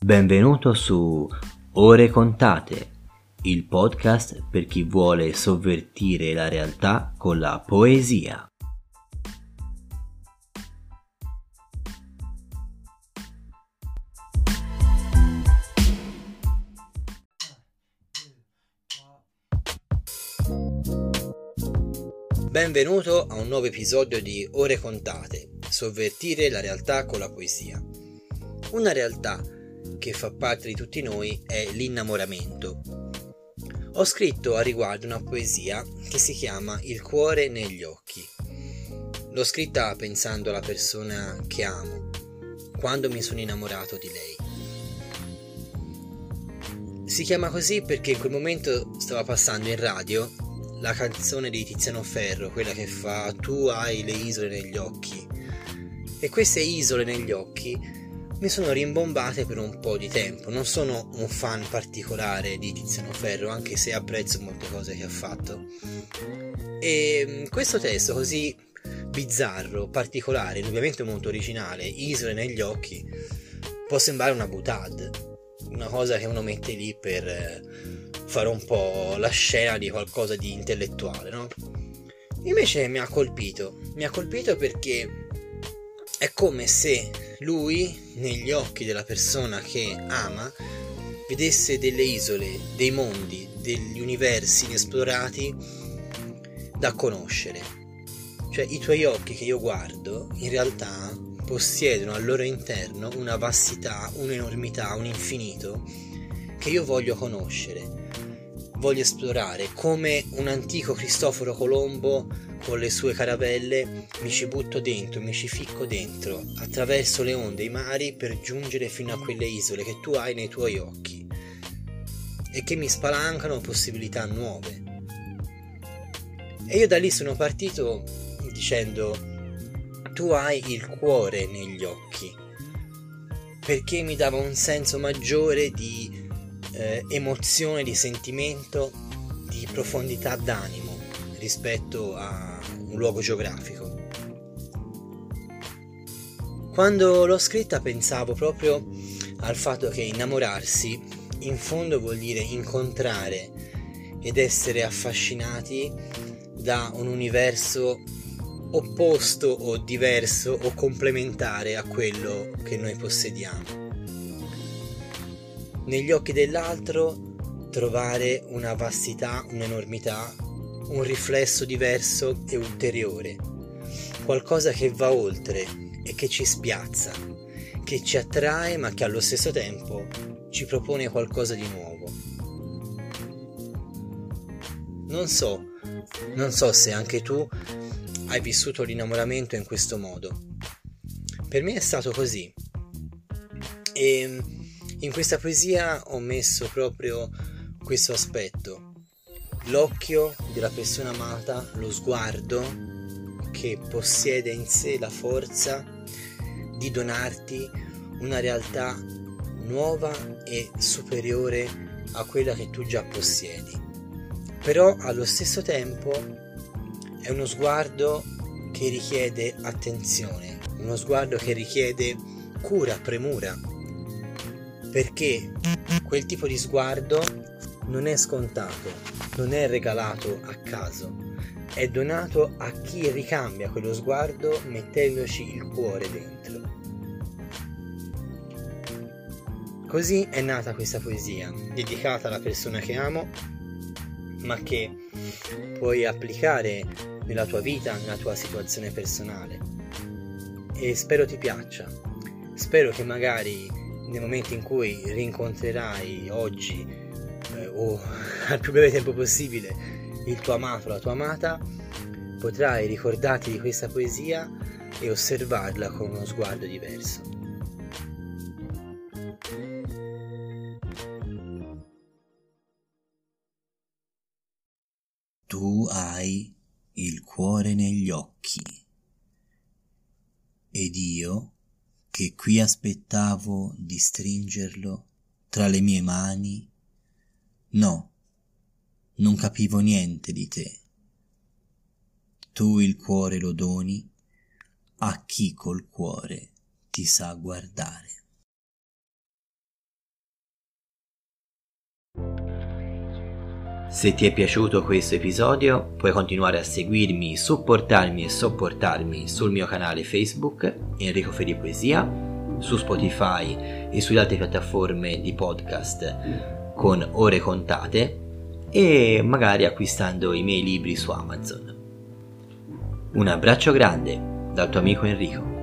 Benvenuto su Ore Contate, il podcast per chi vuole sovvertire la realtà con la poesia. Benvenuto a un nuovo episodio di Ore Contate, sovvertire la realtà con la poesia. Una realtà che fa parte di tutti noi è l'innamoramento. Ho scritto a riguardo una poesia che si chiama Il cuore negli occhi. L'ho scritta pensando alla persona che amo, quando mi sono innamorato di lei. Si chiama così perché in quel momento stava passando in radio la canzone di Tiziano Ferro, quella che fa "Tu hai le isole negli occhi", e queste isole negli occhi mi sono rimbombate per un po' di tempo. Non sono un fan particolare di Tiziano Ferro, anche se apprezzo molte cose che ha fatto, e questo testo così bizzarro, particolare, ovviamente molto originale, Isole negli occhi, può sembrare una boutade, una cosa che uno mette lì per fare un po' la scena di qualcosa di intellettuale, no? Invece mi ha colpito perché è come se lui, negli occhi della persona che ama, vedesse delle isole, dei mondi, degli universi inesplorati da conoscere. Cioè, i tuoi occhi che io guardo in realtà possiedono al loro interno una vastità, un'enormità, un infinito che io voglio conoscere, voglio esplorare. Come un antico Cristoforo Colombo con le sue caravelle mi ci butto dentro, mi ci ficco dentro attraverso le onde, i mari, per giungere fino a quelle isole che tu hai nei tuoi occhi e che mi spalancano possibilità nuove. E io da lì sono partito dicendo: tu hai il cuore negli occhi, perché mi dava un senso maggiore di emozione, di sentimento, di profondità d'animo rispetto a un luogo geografico. Quando l'ho scritta pensavo proprio al fatto che innamorarsi in fondo vuol dire incontrare ed essere affascinati da un universo opposto o diverso o complementare a quello che noi possediamo. Negli occhi dell'altro trovare una vastità, un'enormità, un riflesso diverso e ulteriore, qualcosa che va oltre e che ci spiazza, che ci attrae ma che allo stesso tempo ci propone qualcosa di nuovo. Non so se anche tu hai vissuto l'innamoramento in questo modo. Per me è stato così, e in questa poesia ho messo proprio questo aspetto: l'occhio della persona amata, lo sguardo che possiede in sé la forza di donarti una realtà nuova e superiore a quella che tu già possiedi. Però allo stesso tempo è uno sguardo che richiede attenzione, uno sguardo che richiede cura, premura, perché quel tipo di sguardo non è scontato, non è regalato a caso, è donato a chi ricambia quello sguardo mettendoci il cuore dentro. Così è nata questa poesia, dedicata alla persona che amo, ma che puoi applicare nella tua vita, nella tua situazione personale. E spero ti piaccia. Spero che magari nel momento in cui rincontrerai oggi o al più breve tempo possibile il tuo amato, la tua amata, potrai ricordarti di questa poesia e osservarla con uno sguardo diverso. Tu hai il cuore negli occhi, ed io, che qui aspettavo di stringerlo tra le mie mani, no, non capivo niente di te. Tu il cuore lo doni a chi col cuore ti sa guardare. Se ti è piaciuto questo episodio, puoi continuare a seguirmi, supportarmi e sopportarmi sul mio canale Facebook Enrico Ferri Poesia, su Spotify e sulle altre piattaforme di podcast con ore contate e magari acquistando i miei libri su Amazon. Un abbraccio grande dal tuo amico Enrico.